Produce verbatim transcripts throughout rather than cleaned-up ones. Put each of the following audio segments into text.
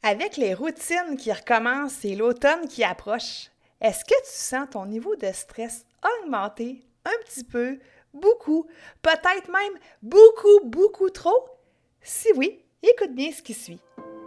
Avec les routines qui recommencent et l'automne qui approche, est-ce que tu sens ton niveau de stress augmenter un petit peu, beaucoup, peut-être même beaucoup, beaucoup trop? Si oui, écoute bien ce qui suit.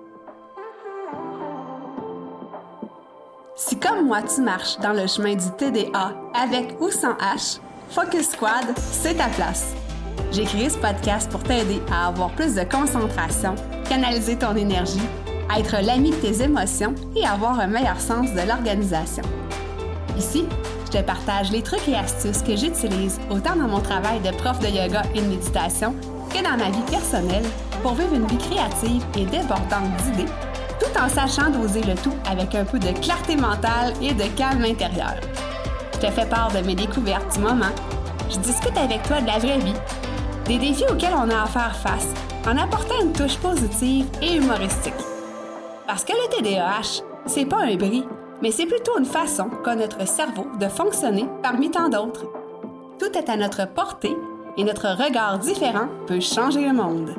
Si comme moi tu marches dans le chemin du T D A avec ou sans H, Focus Squad, c'est ta place. J'ai créé ce podcast pour t'aider à avoir plus de concentration, canaliser ton énergie, être l'ami de tes émotions et avoir un meilleur sens de l'organisation. Ici, je te partage les trucs et astuces que j'utilise autant dans mon travail de prof de yoga et de méditation que dans ma vie personnelle pour vivre une vie créative et débordante d'idées, tout en sachant doser le tout avec un peu de clarté mentale et de calme intérieur. Je te fais part de mes découvertes du moment, je discute avec toi de la vraie vie, des défis auxquels on a à faire face en apportant une touche positive et humoristique. Parce que le T D A H, c'est pas un bris, mais c'est plutôt une façon qu'a notre cerveau de fonctionner parmi tant d'autres. Tout est à notre portée et notre regard différent peut changer le monde.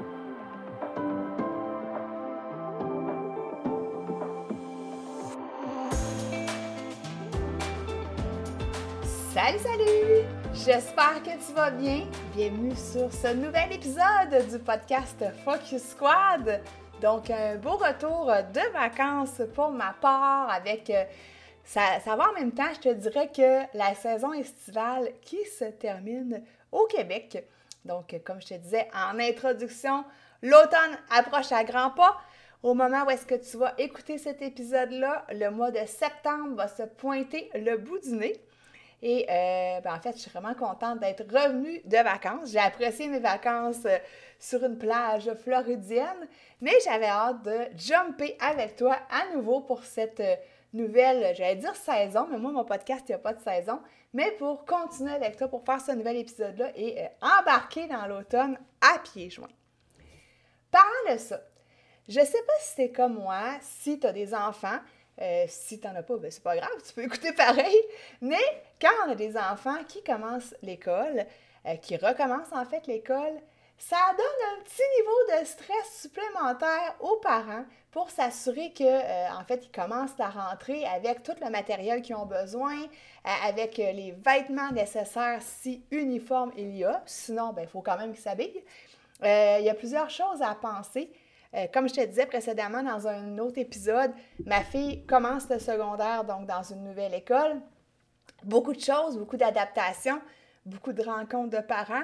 Salut, salut! J'espère que tu vas bien. Bienvenue sur ce nouvel épisode du podcast Focus Squad. Donc, un beau retour de vacances pour ma part avec... Euh, ça, ça va en même temps, je te dirais que la saison estivale qui se termine au Québec. Donc, comme je te disais en introduction, l'automne approche à grands pas. Au moment où est-ce que tu vas écouter cet épisode-là, le mois de septembre va se pointer le bout du nez. Et euh, ben en fait, je suis vraiment contente d'être revenue de vacances. J'ai apprécié mes vacances euh, sur une plage floridienne, mais j'avais hâte de jumper avec toi à nouveau pour cette euh, nouvelle, j'allais dire saison, mais moi, mon podcast, il n'y a pas de saison, mais pour continuer avec toi, pour faire ce nouvel épisode-là et euh, embarquer dans l'automne à pieds joints. Parlant de ça, je ne sais pas si c'est comme moi, si tu as des enfants. Euh, si tu n'en as pas, ben c'est pas grave, tu peux écouter pareil. Mais quand on a des enfants qui commencent l'école, euh, qui recommencent en fait l'école, ça donne un petit niveau de stress supplémentaire aux parents pour s'assurer que, euh, en fait, ils commencent la rentrée avec tout le matériel qu'ils ont besoin, euh, avec les vêtements nécessaires si uniforme il y a. Sinon, ben, il faut quand même qu'ils s'habillent. Euh, il y a plusieurs choses à penser. Euh, comme je te disais précédemment dans un autre épisode, ma fille commence le secondaire, donc dans une nouvelle école. Beaucoup de choses, beaucoup d'adaptations, beaucoup de rencontres de parents.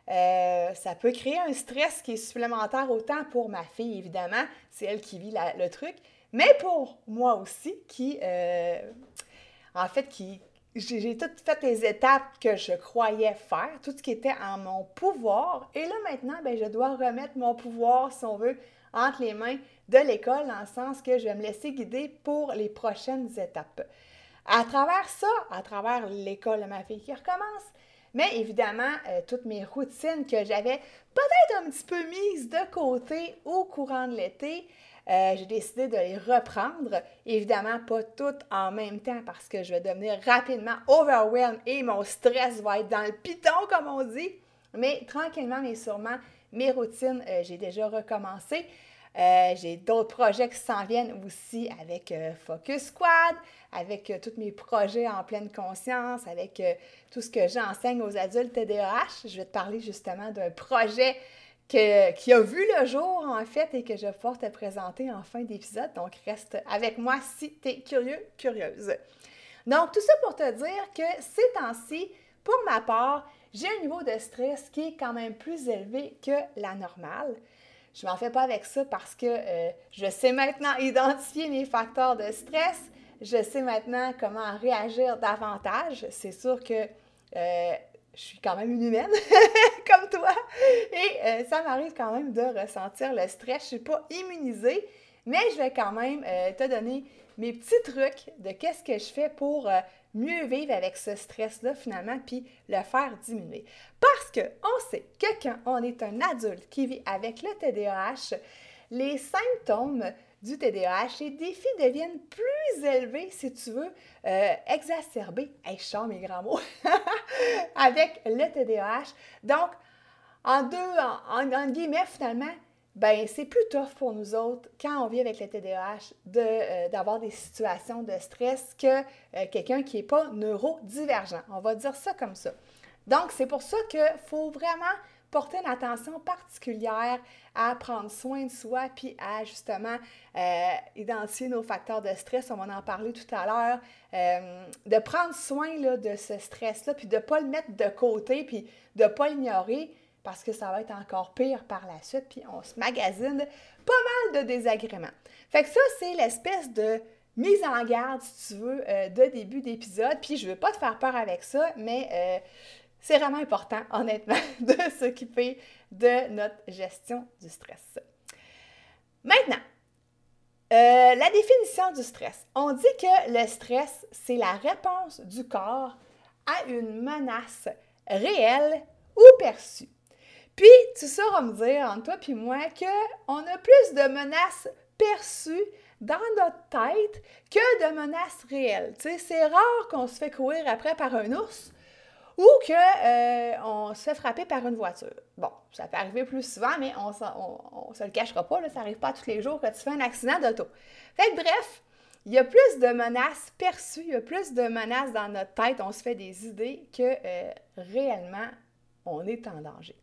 Euh, ça peut créer un stress qui est supplémentaire autant pour ma fille, évidemment, c'est elle qui vit la, le truc, mais pour moi aussi, qui, euh, en fait, qui, j'ai, j'ai toutes fait les étapes que je croyais faire, tout ce qui était en mon pouvoir. Et là, maintenant, ben, je dois remettre mon pouvoir, si on veut, entre les mains de l'école, dans le sens que je vais me laisser guider pour les prochaines étapes. À travers ça, à travers l'école de ma fille qui recommence, mais évidemment, euh, toutes mes routines que j'avais peut-être un petit peu mises de côté au courant de l'été, euh, j'ai décidé de les reprendre. Évidemment, pas toutes en même temps parce que je vais devenir rapidement overwhelmed et mon stress va être dans le piton, comme on dit. Mais tranquillement, mais sûrement, mes routines, euh, j'ai déjà recommencé. Euh, j'ai d'autres projets qui s'en viennent aussi avec euh, Focus Squad, avec euh, tous mes projets en pleine conscience, avec euh, tout ce que j'enseigne aux adultes T D A H. Je vais te parler justement d'un projet que, qui a vu le jour, en fait, et que je vais pouvoir te présenter en fin d'épisode. Donc, reste avec moi si tu es curieux, curieuse. Donc, tout ça pour te dire que ces temps-ci, pour ma part, j'ai un niveau de stress qui est quand même plus élevé que la normale. Je ne m'en fais pas avec ça parce que euh, je sais maintenant identifier mes facteurs de stress. Je sais maintenant comment réagir davantage. C'est sûr que euh, je suis quand même une humaine, comme toi. Et euh, ça m'arrive quand même de ressentir le stress. Je ne suis pas immunisée, mais je vais quand même euh, te donner mes petits trucs de qu'est-ce que je fais pour euh, mieux vivre avec ce stress-là finalement, puis le faire diminuer. Parce qu'on sait que quand on est un adulte qui vit avec le T D A H, les symptômes du T D A H, les défis deviennent plus élevés, si tu veux, euh, exacerbés, hey, je sors mes grands mots, avec le T D A H. Donc, en deux, en, en, en guillemets, finalement, ben c'est plus tough pour nous autres quand on vit avec le T D A H de, euh, d'avoir des situations de stress que euh, quelqu'un qui n'est pas neurodivergent. On va dire ça comme ça. Donc, c'est pour ça qu'il faut vraiment porter une attention particulière à prendre soin de soi puis à justement euh, identifier nos facteurs de stress. On va en parler tout à l'heure. Euh, de prendre soin là, de ce stress-là puis de ne pas le mettre de côté puis de ne pas l'ignorer parce que ça va être encore pire par la suite puis on se magasine pas mal de désagréments. Fait que ça, c'est l'espèce de mise en garde, si tu veux, euh, de début d'épisode. Puis je ne veux pas te faire peur avec ça, mais... Euh, c'est vraiment important, honnêtement, de s'occuper de notre gestion du stress. Maintenant, euh, la définition du stress. On dit que le stress, c'est la réponse du corps à une menace réelle ou perçue. Puis, tu sauras me dire, entre toi et moi, qu'on a plus de menaces perçues dans notre tête que de menaces réelles. Tu sais, c'est rare qu'on se fait courir après par un ours, ou qu'on euh, se fait frapper par une voiture. Bon, ça peut arriver plus souvent, mais on ne se le cachera pas, là, ça n'arrive pas tous les jours que tu fais un accident d'auto. Fait que bref, il y a plus de menaces perçues, il y a plus de menaces dans notre tête, on se fait des idées que euh, réellement, on est en danger.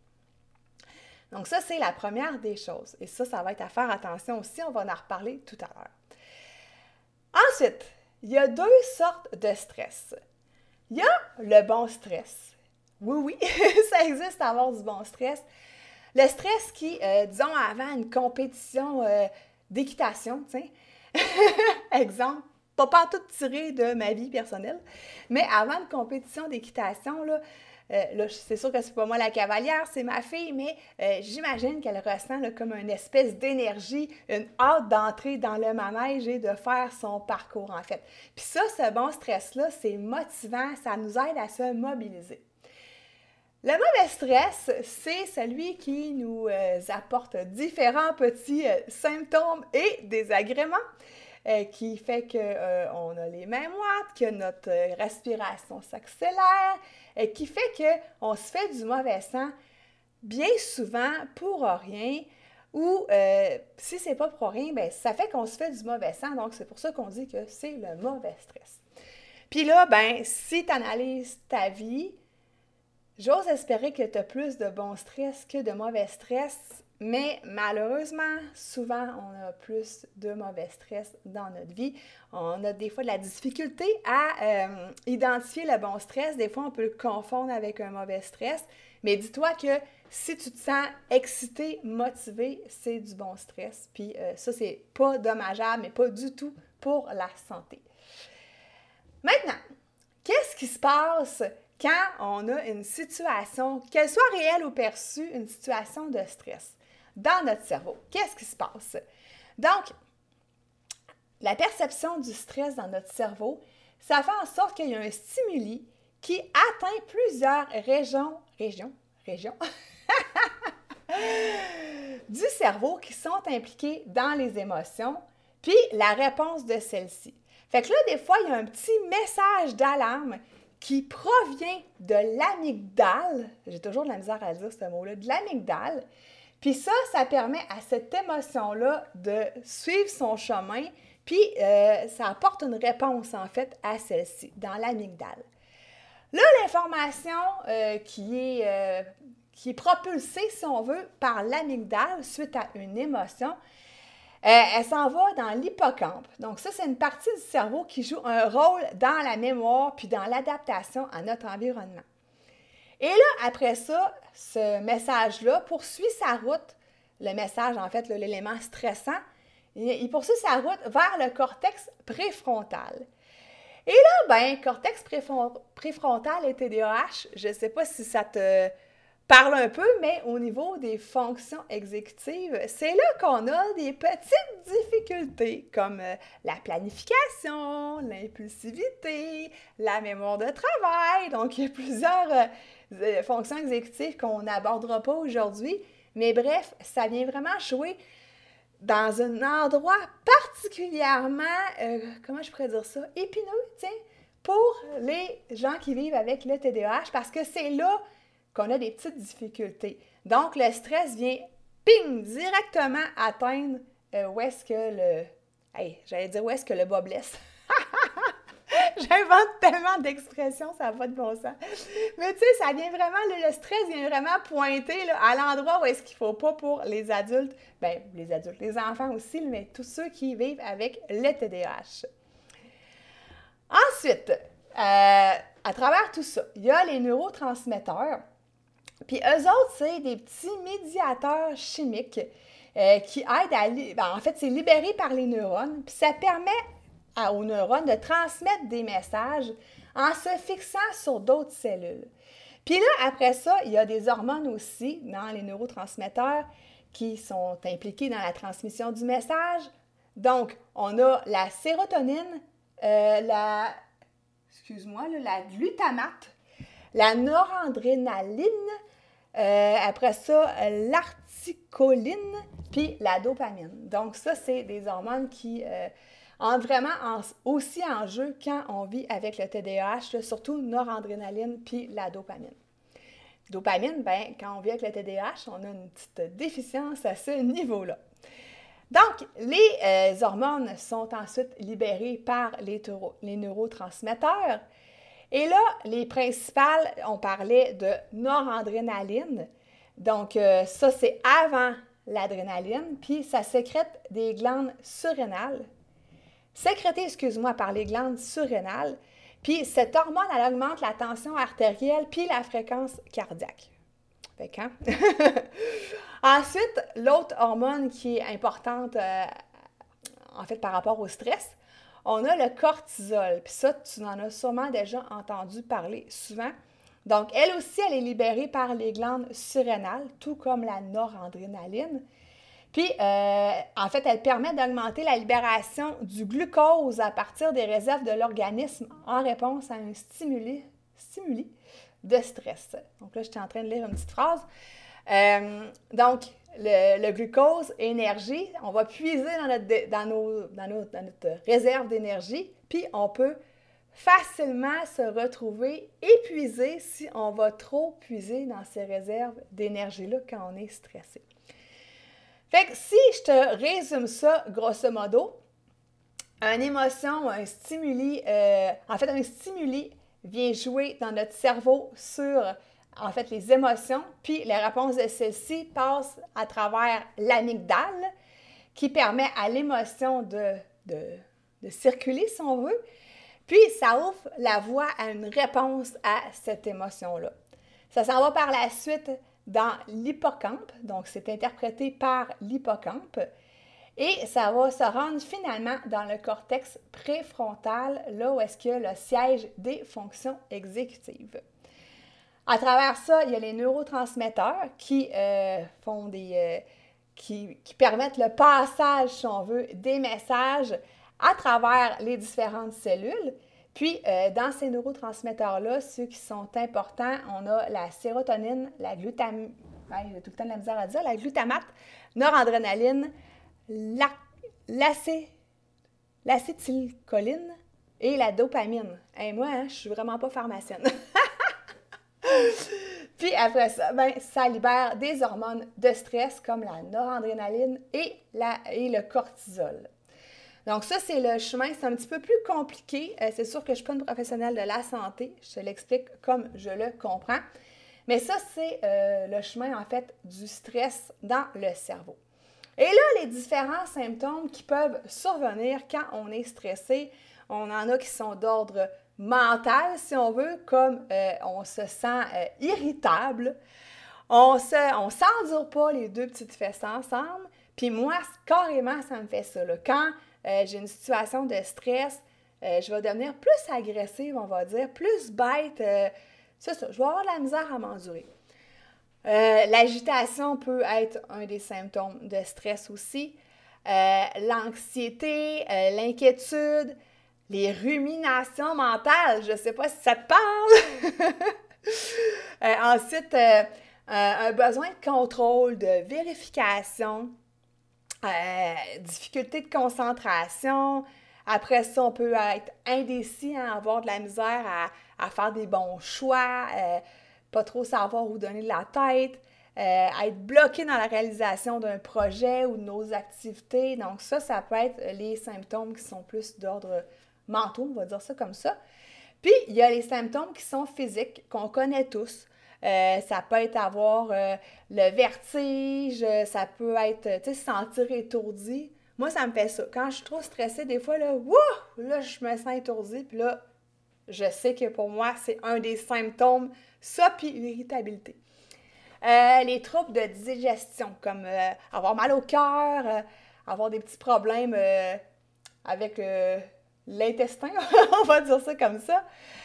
Donc ça, c'est la première des choses. Et ça, ça va être à faire attention aussi, on va en reparler tout à l'heure. Ensuite, il y a deux sortes de stress. Il y a le bon stress. Oui, oui, ça existe avoir du bon stress. Le stress qui, euh, disons, avant une compétition euh, d'équitation, tu sais, exemple, pas pas tout tiré de ma vie personnelle, mais avant une compétition d'équitation, là, euh, là c'est sûr que c'est pas moi la cavalière, c'est ma fille, mais euh, j'imagine qu'elle ressent là, comme une espèce d'énergie, une hâte d'entrer dans le manège et de faire son parcours, en fait. Puis ça, ce bon stress-là, c'est motivant, ça nous aide à se mobiliser. Le mauvais stress, c'est celui qui nous euh, apporte différents petits euh, symptômes et désagréments, euh, qui fait qu'on euh, a les mains moites, que notre euh, respiration s'accélère, euh, qui fait qu'on se fait du mauvais sang bien souvent pour rien, ou euh, si c'est pas pour rien, bien, ça fait qu'on se fait du mauvais sang, donc c'est pour ça qu'on dit que c'est le mauvais stress. Puis là, ben, si tu analyses ta vie, j'ose espérer que tu as plus de bon stress que de mauvais stress, mais malheureusement, souvent, on a plus de mauvais stress dans notre vie. On a des fois de la difficulté à euh, identifier le bon stress. Des fois, on peut le confondre avec un mauvais stress. Mais dis-toi que si tu te sens excité, motivé, c'est du bon stress. Puis euh, ça, c'est pas dommageable, mais pas du tout pour la santé. Maintenant, qu'est-ce qui se passe quand on a une situation, qu'elle soit réelle ou perçue, une situation de stress dans notre cerveau? Qu'est-ce qui se passe? Donc, la perception du stress dans notre cerveau, ça fait en sorte qu'il y a un stimuli qui atteint plusieurs régions, régions, régions, du cerveau qui sont impliquées dans les émotions, puis la réponse de celles-ci. Fait que là, des fois, il y a un petit message d'alarme qui provient de l'amygdale, j'ai toujours de la misère à dire ce mot-là, de l'amygdale, puis ça, ça permet à cette émotion-là de suivre son chemin, puis euh, ça apporte une réponse, en fait, à celle-ci, dans l'amygdale. Là, l'information euh, qui est, euh, qui est propulsée, si on veut, par l'amygdale suite à une émotion, Euh, elle s'en va dans l'hippocampe. Donc ça, c'est une partie du cerveau qui joue un rôle dans la mémoire puis dans l'adaptation à notre environnement. Et là, après ça, ce message-là poursuit sa route, le message, en fait, l'élément stressant, il poursuit sa route vers le cortex préfrontal. Et là, ben, cortex préfrontal et T D A H, je ne sais pas si ça te parle un peu, mais au niveau des fonctions exécutives, c'est là qu'on a des petites difficultés comme euh, la planification, l'impulsivité, la mémoire de travail. Donc, il y a plusieurs euh, fonctions exécutives qu'on n'abordera pas aujourd'hui. Mais bref, ça vient vraiment jouer dans un endroit particulièrement, euh, comment je pourrais dire ça, épineux, tiens, pour les gens qui vivent avec le T D A H, parce que c'est là qu'on a des petites difficultés. Donc, le stress vient ping, directement atteindre euh, où est-ce que le... Hey, j'allais dire où est-ce que le bas blesse. J'invente tellement d'expressions, ça n'a pas de bon sens. Mais tu sais, ça vient vraiment, le, le stress vient vraiment pointer là, à l'endroit où est-ce qu'il ne faut pas pour les adultes, bien, les adultes, les enfants aussi, mais tous ceux qui vivent avec le T D A H. Ensuite, euh, à travers tout ça, il y a les neurotransmetteurs. Puis eux autres, c'est des petits médiateurs chimiques euh, qui aident à... Li- ben, en fait, c'est libéré par les neurones, puis ça permet à, aux neurones de transmettre des messages en se fixant sur d'autres cellules. Puis là, après ça, il y a des hormones aussi dans les neurotransmetteurs qui sont impliquées dans la transmission du message. Donc, on a la sérotonine, euh, la... excuse-moi, là, la glutamate, la noradrénaline, euh, après ça, l'articoline, puis la dopamine. Donc ça, c'est des hormones qui euh, entrent vraiment en, aussi en jeu quand on vit avec le T D A H, là, surtout noradrénaline puis la dopamine. Dopamine, bien, quand on vit avec le T D A H, on a une petite déficience à ce niveau-là. Donc, les euh, hormones sont ensuite libérées par les, teuro- les neurotransmetteurs. Et là, les principales, on parlait de noradrénaline. Donc, euh, ça, c'est avant l'adrénaline, puis ça sécrète des glandes surrénales. Sécrétée, excuse-moi, par les glandes surrénales. Puis, cette hormone, elle augmente la tension artérielle puis la fréquence cardiaque. Fait que, hein? Ensuite, l'autre hormone qui est importante, euh, en fait, par rapport au stress, on a le cortisol. Puis ça, tu en as sûrement déjà entendu parler souvent. Donc, elle aussi, elle est libérée par les glandes surrénales, tout comme la noradrénaline. Puis, euh, en fait, elle permet d'augmenter la libération du glucose à partir des réserves de l'organisme en réponse à un stimuli, stimuli de stress. Donc là, j'étais en train de lire une petite phrase. Euh, donc, le, le glucose, énergie, on va puiser dans notre, dans nos, dans nos, dans notre réserve d'énergie, puis on peut facilement se retrouver épuisé si on va trop puiser dans ces réserves d'énergie-là quand on est stressé. Fait que si je te résume ça, grosso modo, une émotion, un stimuli, euh, en fait, un stimuli vient jouer dans notre cerveau sur, en fait, les émotions, puis les réponses de celles-ci passent à travers l'amygdale, qui permet à l'émotion de, de, de circuler, si on veut, puis ça ouvre la voie à une réponse à cette émotion-là. Ça s'en va par la suite dans l'hippocampe, donc c'est interprété par l'hippocampe, et ça va se rendre finalement dans le cortex préfrontal, là où est-ce qu'il y a le siège des fonctions exécutives. À travers ça, il y a les neurotransmetteurs qui euh, font des, euh, qui, qui permettent le passage, si on veut, des messages à travers les différentes cellules. Puis, euh, dans ces neurotransmetteurs-là, ceux qui sont importants, on a la sérotonine, la glutamate, ouais, j'ai tout le temps de la misère à dire, la glutamate, noradrénaline, la, l'acé, l'acétylcholine et la dopamine. Et moi, hein, je suis vraiment pas pharmacienne. Puis après ça, ben, ça libère des hormones de stress comme la noradrénaline et, la, et le cortisol. Donc ça, c'est le chemin, c'est un petit peu plus compliqué. Euh, c'est sûr que je ne suis pas une professionnelle de la santé, je te l'explique comme je le comprends. Mais ça, c'est euh, le chemin, en fait, du stress dans le cerveau. Et là, les différents symptômes qui peuvent survenir quand on est stressé, on en a qui sont d'ordre mental, si on veut, comme euh, on se sent euh, irritable, on ne on s'endure pas les deux petites fesses ensemble, puis moi, carrément, ça me fait ça. Là. Quand euh, j'ai une situation de stress, euh, je vais devenir plus agressive, on va dire, plus bête, euh, c'est ça, je vais avoir de la misère à m'endurer. Euh, l'agitation peut être un des symptômes de stress aussi. Euh, l'anxiété, euh, l'inquiétude, les ruminations mentales, je ne sais pas si ça te parle. euh, ensuite, euh, euh, un besoin de contrôle, de vérification, euh, difficulté de concentration. Après ça, on peut être indécis, hein, avoir de la misère à, à faire des bons choix, euh, pas trop savoir où donner de la tête. euh, être bloqué dans la réalisation d'un projet ou de nos activités. Donc ça, ça peut être les symptômes qui sont plus d'ordre mentaux, on va dire ça comme ça. Puis, il y a les symptômes qui sont physiques, qu'on connaît tous. Euh, ça peut être avoir euh, le vertige, ça peut être, tu sais, se sentir étourdi. Moi, ça me fait ça. Quand je suis trop stressée, des fois, là, wouh, là, je me sens étourdie, puis là, je sais que pour moi, c'est un des symptômes, ça, puis l'irritabilité. Euh, les troubles de digestion, comme euh, avoir mal au cœur, euh, avoir des petits problèmes euh, avec euh, l'intestin, on va dire ça comme ça.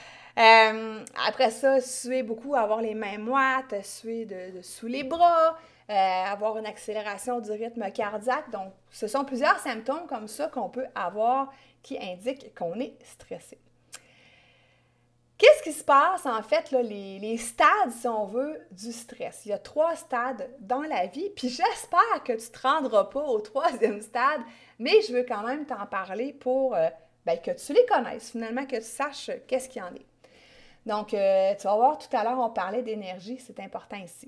Euh, après ça, suer beaucoup, avoir les mains moites, suer de, de sous les bras, euh, avoir une accélération du rythme cardiaque. Donc, ce sont plusieurs symptômes comme ça qu'on peut avoir qui indiquent qu'on est stressé. Qu'est-ce qui se passe, en fait, là, les, les stades, si on veut, du stress? Il y a trois stades dans la vie, puis j'espère que tu ne te rendras pas au troisième stade, mais je veux quand même t'en parler pour euh, ben, que tu les connaisses, finalement, que tu saches qu'est-ce qu'il y en est. Donc, euh, tu vas voir, tout à l'heure, on parlait d'énergie, c'est important ici.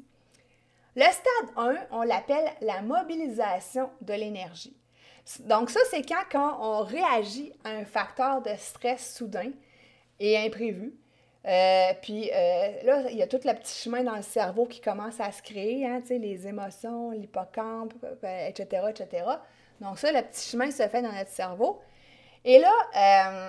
Le stade un, on l'appelle la mobilisation de l'énergie. Donc, ça, c'est quand, quand on réagit à un facteur de stress soudain et imprévu. Euh, puis euh, là, il y a tout le petit chemin dans le cerveau qui commence à se créer, hein, tu sais, les émotions, l'hippocampe, et cetera, et cetera. Donc ça, le petit chemin se fait dans notre cerveau. Et là, euh,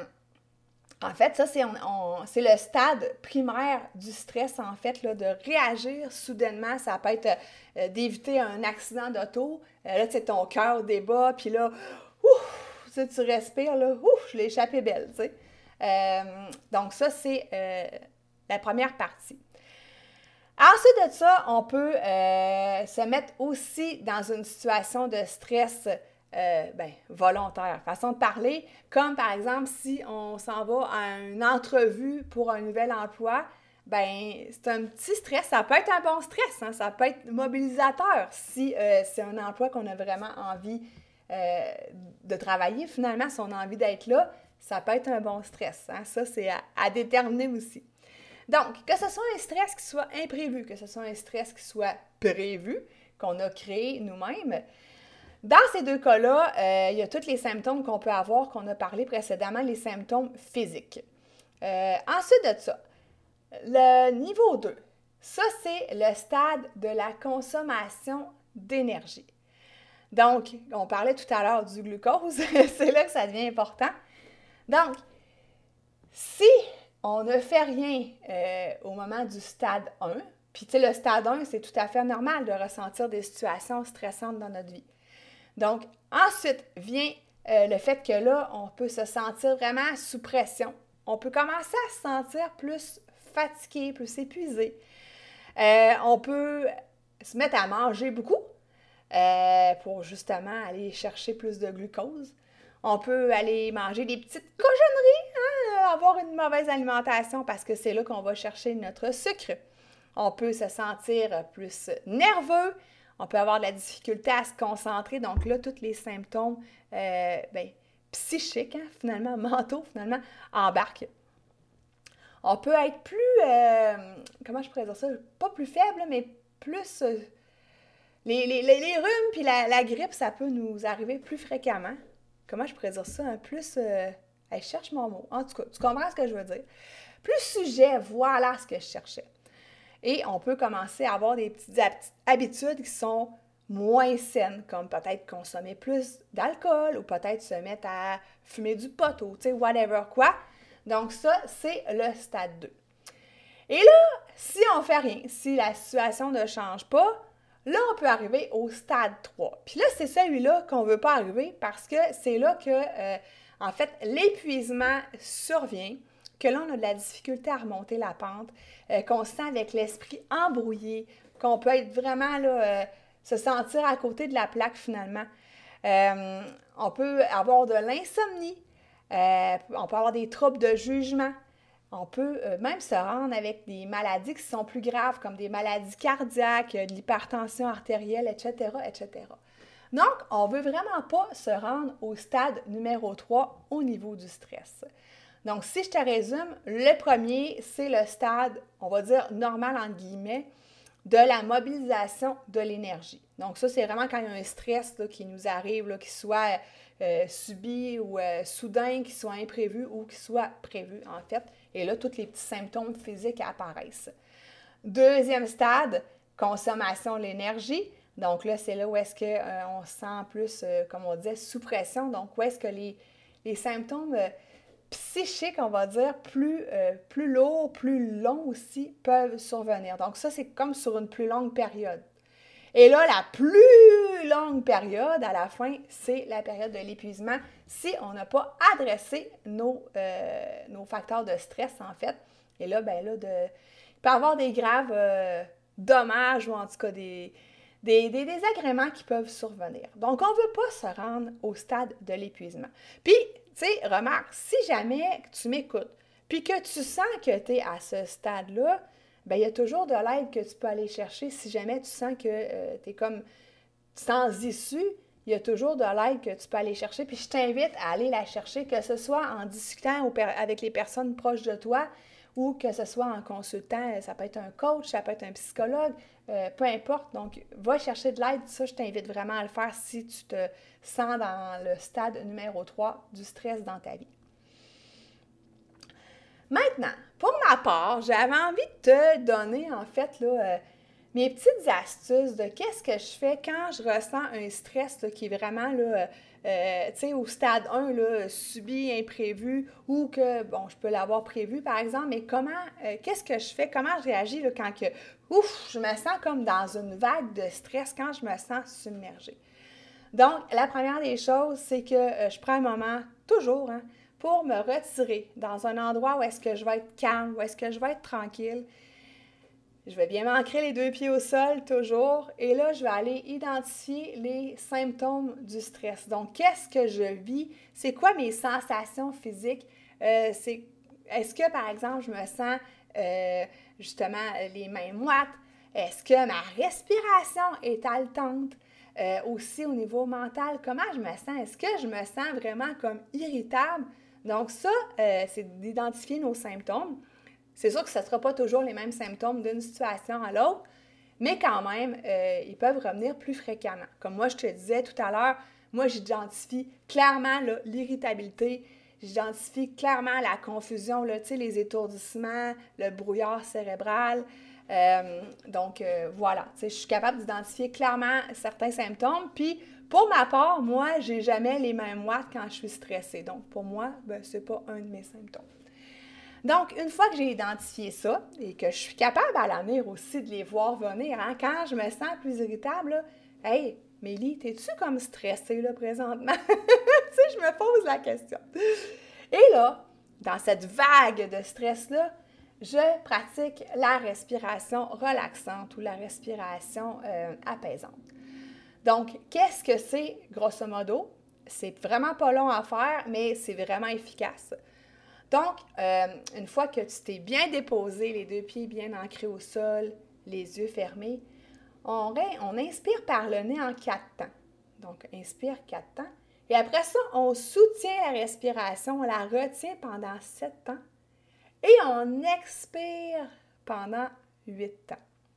en fait, ça, c'est, on, on, c'est le stade primaire du stress, en fait, là, de réagir soudainement. Ça peut être euh, d'éviter un accident d'auto. Euh, là, tu sais, ton cœur débat, puis là, ouf, tu sais, tu respires, là, ouf, je l'ai échappé belle, tu sais. Euh, donc ça, c'est euh, la première partie. Ensuite de ça, on peut euh, se mettre aussi dans une situation de stress euh, ben, volontaire, façon de parler, comme par exemple si on s'en va à une entrevue pour un nouvel emploi, ben c'est un petit stress, ça peut être un bon stress, hein, ça peut être mobilisateur si euh, c'est un emploi qu'on a vraiment envie euh, de travailler. Finalement, si on a envie d'être là, ça peut être un bon stress. Hein? Ça, c'est à, à déterminer aussi. Donc, que ce soit un stress qui soit imprévu, que ce soit un stress qui soit prévu, qu'on a créé nous-mêmes, dans ces deux cas-là, euh, il y a tous les symptômes qu'on peut avoir, qu'on a parlé précédemment, les symptômes physiques. Euh, ensuite de ça, le niveau deux, ça, c'est le stade de la consommation d'énergie. Donc, on parlait tout à l'heure du glucose, c'est là que ça devient important. Donc, si on ne fait rien euh, au moment du stade un, puis tu sais, le stade un, c'est tout à fait normal de ressentir des situations stressantes dans notre vie. Donc, ensuite vient euh, le fait que là, on peut se sentir vraiment sous pression. On peut commencer à se sentir plus fatigué, plus épuisé. Euh, on peut se mettre à manger beaucoup euh, pour justement aller chercher plus de glucose. On peut aller manger des petites cochonneries, hein, avoir une mauvaise alimentation parce que c'est là qu'on va chercher notre sucre. On peut se sentir plus nerveux. On peut avoir de la difficulté à se concentrer. Donc là, tous les symptômes euh, ben, psychiques, hein, finalement, mentaux, finalement, embarquent. On peut être plus, euh, comment je pourrais dire ça, pas plus faible, mais plus... Euh, les, les, les, les rhumes puis la, la grippe, ça peut nous arriver plus fréquemment. Comment je pourrais dire ça? Un plus... Euh, je cherche mon mot. En tout cas, tu comprends ce que je veux dire. Plus sujet, voilà ce que je cherchais. Et on peut commencer à avoir des petites habitudes qui sont moins saines, comme peut-être consommer plus d'alcool ou peut-être se mettre à fumer du pot ou, tu sais, whatever quoi. Donc ça, c'est le stade deux. Et là, si on ne fait rien, si la situation ne change pas, là, on peut arriver au stade trois. Puis là, c'est celui-là qu'on ne veut pas arriver parce que c'est là que, euh, en fait, l'épuisement survient, que là, on a de la difficulté à remonter la pente, euh, qu'on se sent avec l'esprit embrouillé, qu'on peut être vraiment, là, euh, se sentir à côté de la plaque finalement. Euh, on peut avoir de l'insomnie, euh, on peut avoir des troubles de jugement. On peut euh, même se rendre avec des maladies qui sont plus graves, comme des maladies cardiaques, de l'hypertension artérielle, et cetera, et cetera. Donc, on ne veut vraiment pas se rendre au stade numéro trois au niveau du stress. Donc, si je te résume, le premier, c'est le stade, on va dire, normal, entre guillemets. de la mobilisation de l'énergie. Donc ça, c'est vraiment quand il y a un stress là, qui nous arrive, là, qu'il soit euh, subi ou euh, soudain, qu'il soit imprévu ou qu'il soit prévu, en fait. Et là, tous les petits symptômes physiques apparaissent. Deuxième stade, consommation de l'énergie. Donc là, c'est là où est-ce qu'on euh, sent plus, euh, comme on disait, sous pression. Donc où est-ce que les, les symptômes euh, psychiques, on va dire, plus, euh, plus lourds, plus longs aussi, peuvent survenir. Donc ça, c'est comme sur une plus longue période. Et là, la plus longue période, à la fin, c'est la période de l'épuisement si on n'a pas adressé nos, euh, nos facteurs de stress, en fait. Et là, bien là, de, il peut y avoir des graves euh, dommages ou en tout cas des, des, des désagréments qui peuvent survenir. Donc, on ne veut pas se rendre au stade de l'épuisement. Puis, tu sais, remarque, si jamais tu m'écoutes, puis que tu sens que tu es à ce stade-là, bien, il y a toujours de l'aide que tu peux aller chercher. Si jamais tu sens que euh, tu es comme sans issue, il y a toujours de l'aide que tu peux aller chercher. Puis je t'invite à aller la chercher, que ce soit en discutant avec les personnes proches de toi ou que ce soit en consultant. Ça peut être un coach, ça peut être un psychologue, euh, peu importe. Donc, va chercher de l'aide. Ça, je t'invite vraiment à le faire si tu te sens dans le stade numéro trois du stress dans ta vie. Maintenant, pour ma part, j'avais envie de te donner, en fait, là, euh, mes petites astuces de qu'est-ce que je fais quand je ressens un stress là, qui est vraiment, là, euh, tu sais, au stade un, là, subi, imprévu, ou que, bon, je peux l'avoir prévu, par exemple, mais comment, euh, qu'est-ce que je fais, comment je réagis là, quand que, ouf, je me sens comme dans une vague de stress, quand je me sens submergée. Donc, la première des choses, c'est que euh, je prends un moment, toujours, hein, pour me retirer dans un endroit où est-ce que je vais être calme, où est-ce que je vais être tranquille. Je vais bien m'ancrer les deux pieds au sol, toujours. Et là, je vais aller identifier les symptômes du stress. Donc, qu'est-ce que je vis? C'est quoi mes sensations physiques? Euh, c'est, est-ce que, par exemple, je me sens euh, justement les mains moites? Est-ce que ma respiration est haletante? Euh, aussi au niveau mental, comment je me sens? Est-ce que je me sens vraiment comme irritable? Donc ça, euh, c'est d'identifier nos symptômes. C'est sûr que ce ne sera pas toujours les mêmes symptômes d'une situation à l'autre, mais quand même, euh, ils peuvent revenir plus fréquemment. Comme moi, je te disais tout à l'heure, moi, j'identifie clairement là, l'irritabilité, j'identifie clairement la confusion, là, tu sais, les étourdissements, le brouillard cérébral. Euh, donc, euh, voilà, tu sais, je suis capable d'identifier clairement certains symptômes. Puis, pour ma part, moi, j'ai jamais les mains moites quand je suis stressée. Donc, pour moi, ben, c'est pas un de mes symptômes. Donc, une fois que j'ai identifié ça et que je suis capable à l'avenir aussi de les voir venir, hein, quand je me sens plus irritable, là, hey, Mélie, t'es-tu comme stressée là présentement? Tu sais, je me pose la question. Et là, dans cette vague de stress-là, je pratique la respiration relaxante ou la respiration euh, apaisante. Donc, qu'est-ce que c'est, grosso modo? C'est vraiment pas long à faire, mais c'est vraiment efficace. Donc, euh, une fois que tu t'es bien déposé, les deux pieds bien ancrés au sol, les yeux fermés, on, on inspire par le nez en quatre temps. Donc, inspire quatre temps. Et après ça, on soutient la respiration, on la retient pendant sept temps. Et on expire pendant huit temps.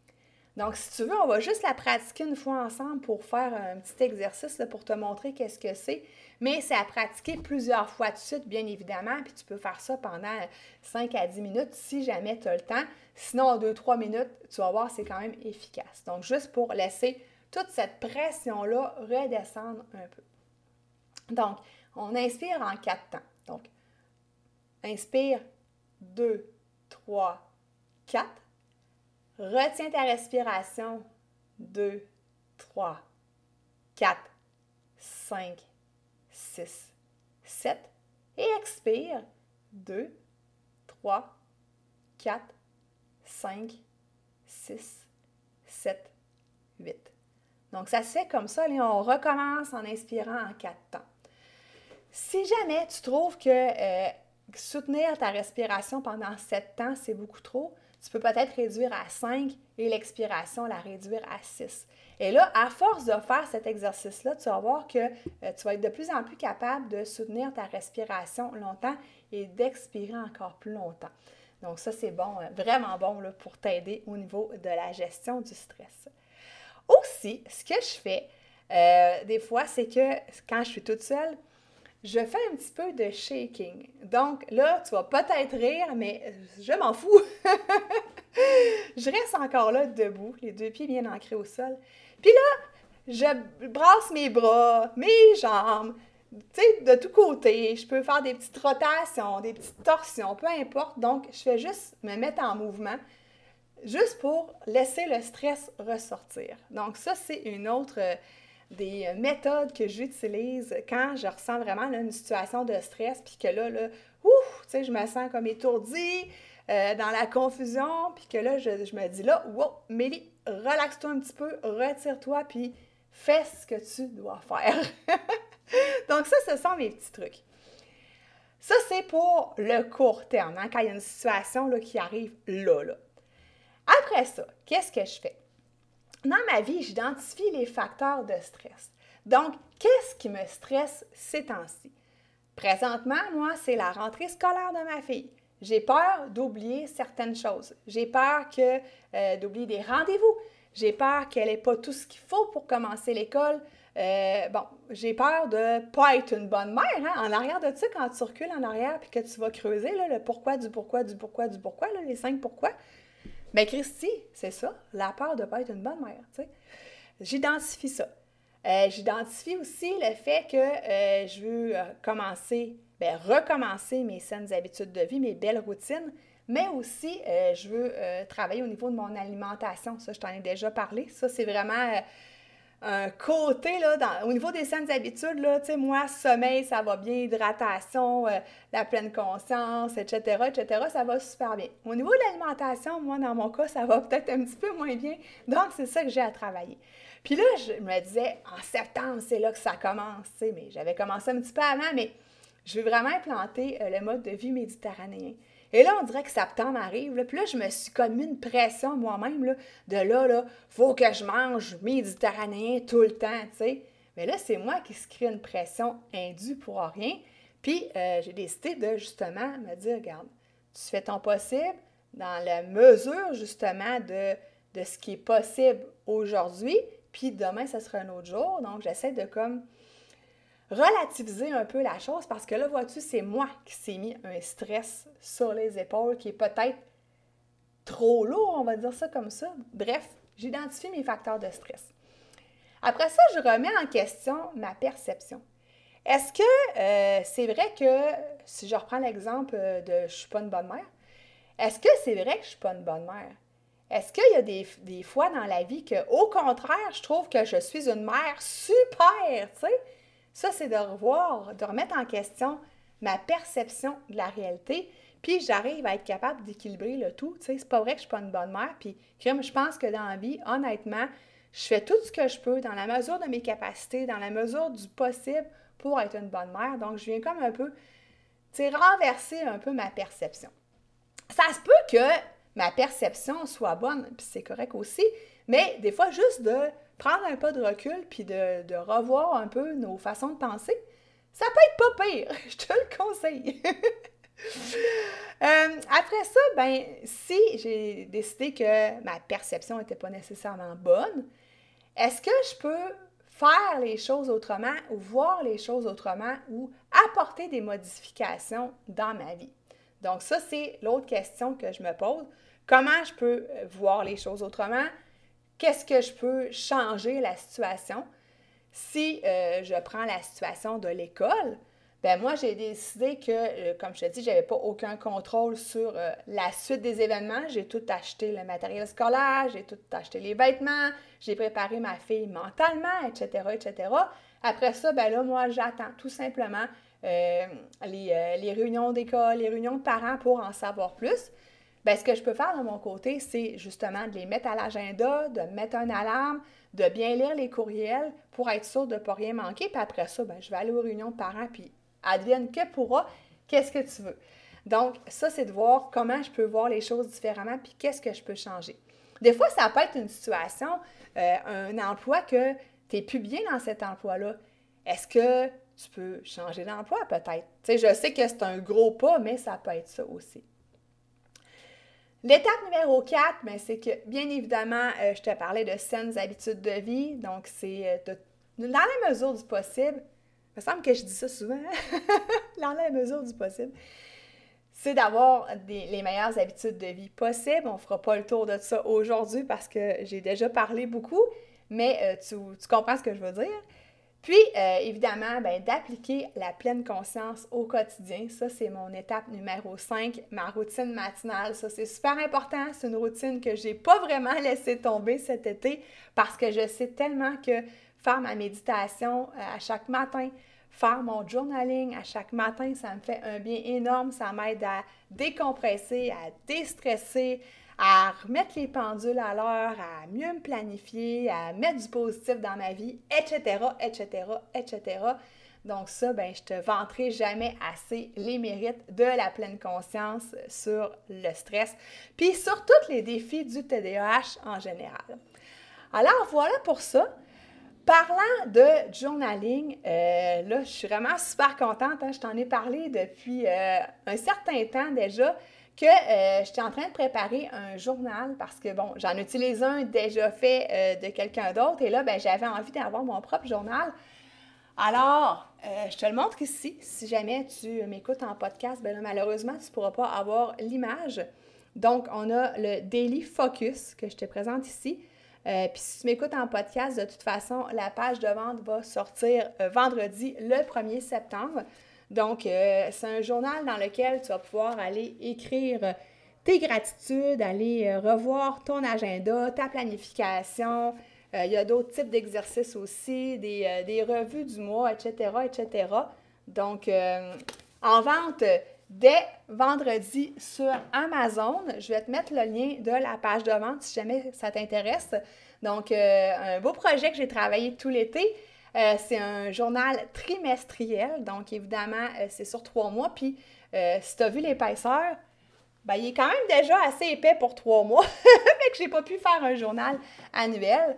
Donc, si tu veux, on va juste la pratiquer une fois ensemble pour faire un petit exercice là, pour te montrer qu'est-ce que c'est. Mais c'est à pratiquer plusieurs fois de suite, bien évidemment. Puis tu peux faire ça pendant cinq à dix minutes si jamais tu as le temps. Sinon, en deux à trois minutes, tu vas voir, c'est quand même efficace. Donc, juste pour laisser toute cette pression-là redescendre un peu. Donc, on inspire en quatre temps. Donc, inspire deux, trois, quatre. Retiens ta respiration. deux, trois, quatre, cinq, six, sept. Et expire. deux, trois, quatre, cinq, six, sept, huit. Donc, ça se fait comme ça. Et on recommence en inspirant en quatre temps. Si jamais tu trouves que euh, soutenir ta respiration pendant sept temps, c'est beaucoup trop, tu peux peut-être réduire à cinq et l'expiration, la réduire à six. Et là, à force de faire cet exercice-là, tu vas voir que euh, tu vas être de plus en plus capable de soutenir ta respiration longtemps et d'expirer encore plus longtemps. Donc ça, c'est bon, vraiment bon là, pour t'aider au niveau de la gestion du stress. Aussi, ce que je fais euh, des fois, c'est que quand je suis toute seule, je fais un petit peu de shaking. Donc là, tu vas peut-être rire, mais je m'en fous. Je reste encore là debout, les deux pieds bien ancrés au sol. Puis là, je brasse mes bras, mes jambes, tu sais, de tous côtés. Je peux faire des petites rotations, des petites torsions, peu importe. Donc, je fais juste me mettre en mouvement, juste pour laisser le stress ressortir. Donc, ça, c'est une autre euh, des méthodes que j'utilise quand je ressens vraiment là, une situation de stress, puis que là, là, ouf, tu sais, je me sens comme étourdie, euh, dans la confusion, puis que là, je, je me dis là, wow, Mélie, relaxe-toi un petit peu, retire-toi, puis fais ce que tu dois faire. Donc ça, ce sont mes petits trucs. Ça, c'est pour le court terme, hein, quand il y a une situation là, qui arrive là, là. Après ça, qu'est-ce que je fais? Dans ma vie, j'identifie les facteurs de stress. Donc, qu'est-ce qui me stresse ces temps-ci? Présentement, moi, c'est la rentrée scolaire de ma fille. J'ai peur d'oublier certaines choses. J'ai peur que, euh, d'oublier des rendez-vous. J'ai peur qu'elle n'ait pas tout ce qu'il faut pour commencer l'école. Euh, bon, j'ai peur de ne pas être une bonne mère. Hein? En arrière de ça, quand tu recules en arrière et que tu vas creuser là, le pourquoi, du pourquoi, du pourquoi, du pourquoi, là, les cinq pourquoi, bien, Christy, c'est ça, la peur de ne pas être une bonne mère. Tu sais. J'identifie ça. Euh, j'identifie aussi le fait que euh, je veux euh, commencer, bien, recommencer mes saines habitudes de vie, mes belles routines, mais aussi, euh, je veux euh, travailler au niveau de mon alimentation. Ça, je t'en ai déjà parlé. Ça, c'est vraiment euh, un côté, là, dans, au niveau des saines habitudes, là, tu sais, moi, sommeil, ça va bien, hydratation, euh, la pleine conscience, et cetera, et cetera, ça va super bien. Au niveau de l'alimentation, moi, dans mon cas, ça va peut-être un petit peu moins bien. Donc, c'est ça que j'ai à travailler. Puis là, je me disais, en septembre, c'est là que ça commence, tu sais, mais j'avais commencé un petit peu avant, mais je veux vraiment implanter euh, le mode de vie méditerranéen. Et là, on dirait que septembre arrive, là, puis là, je me suis comme mis une pression moi-même, là, de là, là, faut que je mange méditerranéen tout le temps, tu sais. Mais là, c'est moi qui se crée une pression indue pour rien. Puis, euh, j'ai décidé de, justement, me dire, regarde, tu fais ton possible dans la mesure, justement, de, de ce qui est possible aujourd'hui, puis demain, ça sera un autre jour. Donc, j'essaie de, comme, relativiser un peu la chose parce que là, vois-tu, c'est moi qui s'est mis un stress sur les épaules qui est peut-être trop lourd, on va dire ça comme ça. Bref, j'identifie mes facteurs de stress. Après ça, je remets en question ma perception. Est-ce que euh, c'est vrai que, si je reprends l'exemple de « je ne suis pas une bonne mère », est-ce que c'est vrai que je ne suis pas une bonne mère? Est-ce qu'il y a des, des fois dans la vie qu'au contraire, je trouve que je suis une mère super, tu sais? Ça, c'est de revoir, de remettre en question ma perception de la réalité, puis j'arrive à être capable d'équilibrer le tout. Tu sais, c'est pas vrai que je suis pas une bonne mère, puis comme je pense que dans la vie, honnêtement, je fais tout ce que je peux dans la mesure de mes capacités, dans la mesure du possible pour être une bonne mère. Donc, je viens comme un peu, tu sais, renverser un peu ma perception. Ça se peut que ma perception soit bonne, puis c'est correct aussi, mais des fois, juste de prendre un pas de recul puis de, de revoir un peu nos façons de penser, ça peut être pas pire, je te le conseille. euh, après ça, ben si j'ai décidé que ma perception n'était pas nécessairement bonne, est-ce que je peux faire les choses autrement ou voir les choses autrement ou apporter des modifications dans ma vie? Donc ça, c'est l'autre question que je me pose. Comment je peux voir les choses autrement? Qu'est-ce que je peux changer la situation? Si euh, je prends la situation de l'école, ben moi, j'ai décidé que, euh, comme je te dis, je n'avais pas aucun contrôle sur euh, la suite des événements. J'ai tout acheté le matériel scolaire, j'ai tout acheté les vêtements, j'ai préparé ma fille mentalement, et cetera, et cetera. Après ça, ben là, moi, j'attends tout simplement euh, les, euh, les réunions d'école, les réunions de parents pour en savoir plus. Bien, ce que je peux faire de mon côté, c'est justement de les mettre à l'agenda, de mettre une alarme, de bien lire les courriels pour être sûr de ne pas rien manquer. Puis après ça, bien, je vais aller aux réunions de parents, puis advienne que pourra, qu'est-ce que tu veux. Donc, ça, c'est de voir comment je peux voir les choses différemment, puis qu'est-ce que je peux changer. Des fois, ça peut être une situation, euh, un emploi que tu n'es plus bien dans cet emploi-là. Est-ce que tu peux changer d'emploi peut-être? Tu sais, je sais que c'est un gros pas, mais ça peut être ça aussi. L'étape numéro quatre, bien, c'est que, bien évidemment, euh, je te parlais de saines habitudes de vie. Donc, c'est euh, de, dans la mesure du possible. Il me semble que je dis ça souvent. Dans la mesure du possible. C'est d'avoir des, les meilleures habitudes de vie possibles. On ne fera pas le tour de ça aujourd'hui parce que j'ai déjà parlé beaucoup, mais euh, tu, tu comprends ce que je veux dire. Puis, euh, évidemment, ben, d'appliquer la pleine conscience au quotidien. Ça, c'est mon étape numéro cinq, ma routine matinale. Ça, c'est super important. C'est une routine que je n'ai pas vraiment laissé tomber cet été parce que je sais tellement que faire ma méditation euh, à chaque matin, faire mon journaling à chaque matin, ça me fait un bien énorme. Ça m'aide à décompresser, à déstresser, à remettre les pendules à l'heure, à mieux me planifier, à mettre du positif dans ma vie, et cetera, et cetera, et cetera. Donc ça, ben, je te vanterai jamais assez les mérites de la pleine conscience sur le stress, puis sur tous les défis du T D A H en général. Alors voilà pour ça. Parlant de journaling, euh, là, je suis vraiment super contente. Hein? Je t'en ai parlé depuis euh, un certain temps déjà que euh, j'étais en train de préparer un journal parce que, bon, j'en utilise un déjà fait euh, de quelqu'un d'autre et là, ben, j'avais envie d'avoir mon propre journal. Alors, euh, je te le montre ici. Si jamais tu m'écoutes en podcast, ben là, malheureusement, tu ne pourras pas avoir l'image. Donc, on a le Daily Focus que je te présente ici. Euh, Puis si tu m'écoutes en podcast, de toute façon, la page de vente va sortir euh, vendredi le premier septembre. Donc, euh, c'est un journal dans lequel tu vas pouvoir aller écrire tes gratitudes, aller euh, revoir ton agenda, ta planification. Euh, il y a d'autres types d'exercices aussi, des, euh, des revues du mois, et cetera, et cetera. Donc, euh, en vente dès vendredi sur Amazon. Je vais te mettre le lien de la page de vente si jamais ça t'intéresse. Donc, euh, un beau projet que j'ai travaillé tout l'été. Euh, c'est un journal trimestriel. Donc, évidemment, euh, c'est sur trois mois. Puis, euh, si tu as vu l'épaisseur, ben, il est quand même déjà assez épais pour trois mois. Fait que je n'ai pas pu faire un journal annuel.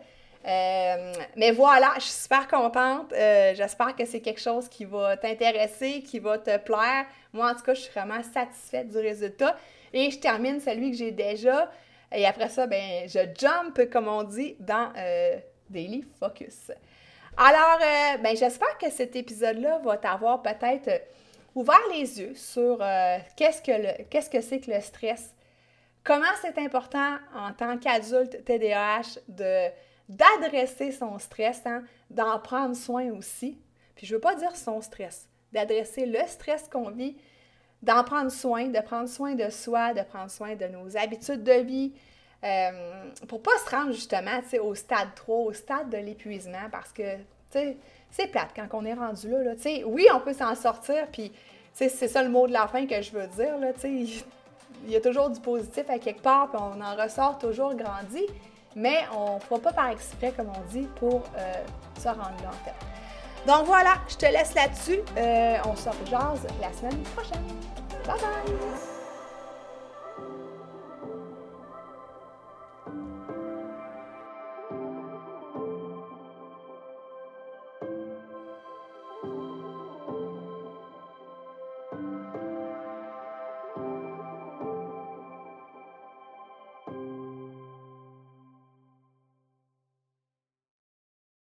Euh, mais voilà, je suis super contente. Euh, j'espère que c'est quelque chose qui va t'intéresser, qui va te plaire. Moi, en tout cas, je suis vraiment satisfaite du résultat. Et je termine celui que j'ai déjà. Et après ça, ben, je jump, comme on dit, dans euh, Daily Focus. Alors, euh, ben, j'espère que cet épisode-là va t'avoir peut-être euh, ouvert les yeux sur euh, qu'est-ce que le, qu'est-ce que c'est que le stress. Comment c'est important en tant qu'adulte T D A H de d'adresser son stress, hein, d'en prendre soin aussi. Puis je ne veux pas dire son stress, d'adresser le stress qu'on vit, d'en prendre soin, de prendre soin de soi, de prendre soin de nos habitudes de vie, euh, pour ne pas se rendre justement au stade trois, au stade de l'épuisement, parce que c'est plate quand on est rendu là. là oui, on peut s'en sortir, puis c'est ça le mot de la fin que je veux dire. Là, il y a toujours du positif à quelque part, puis on en ressort toujours grandi. Mais on ne fera pas par exprès, comme on dit, pour euh, se rendre là, en fait. Donc voilà, je te laisse là-dessus. Euh, on se rejase la semaine prochaine. Bye bye!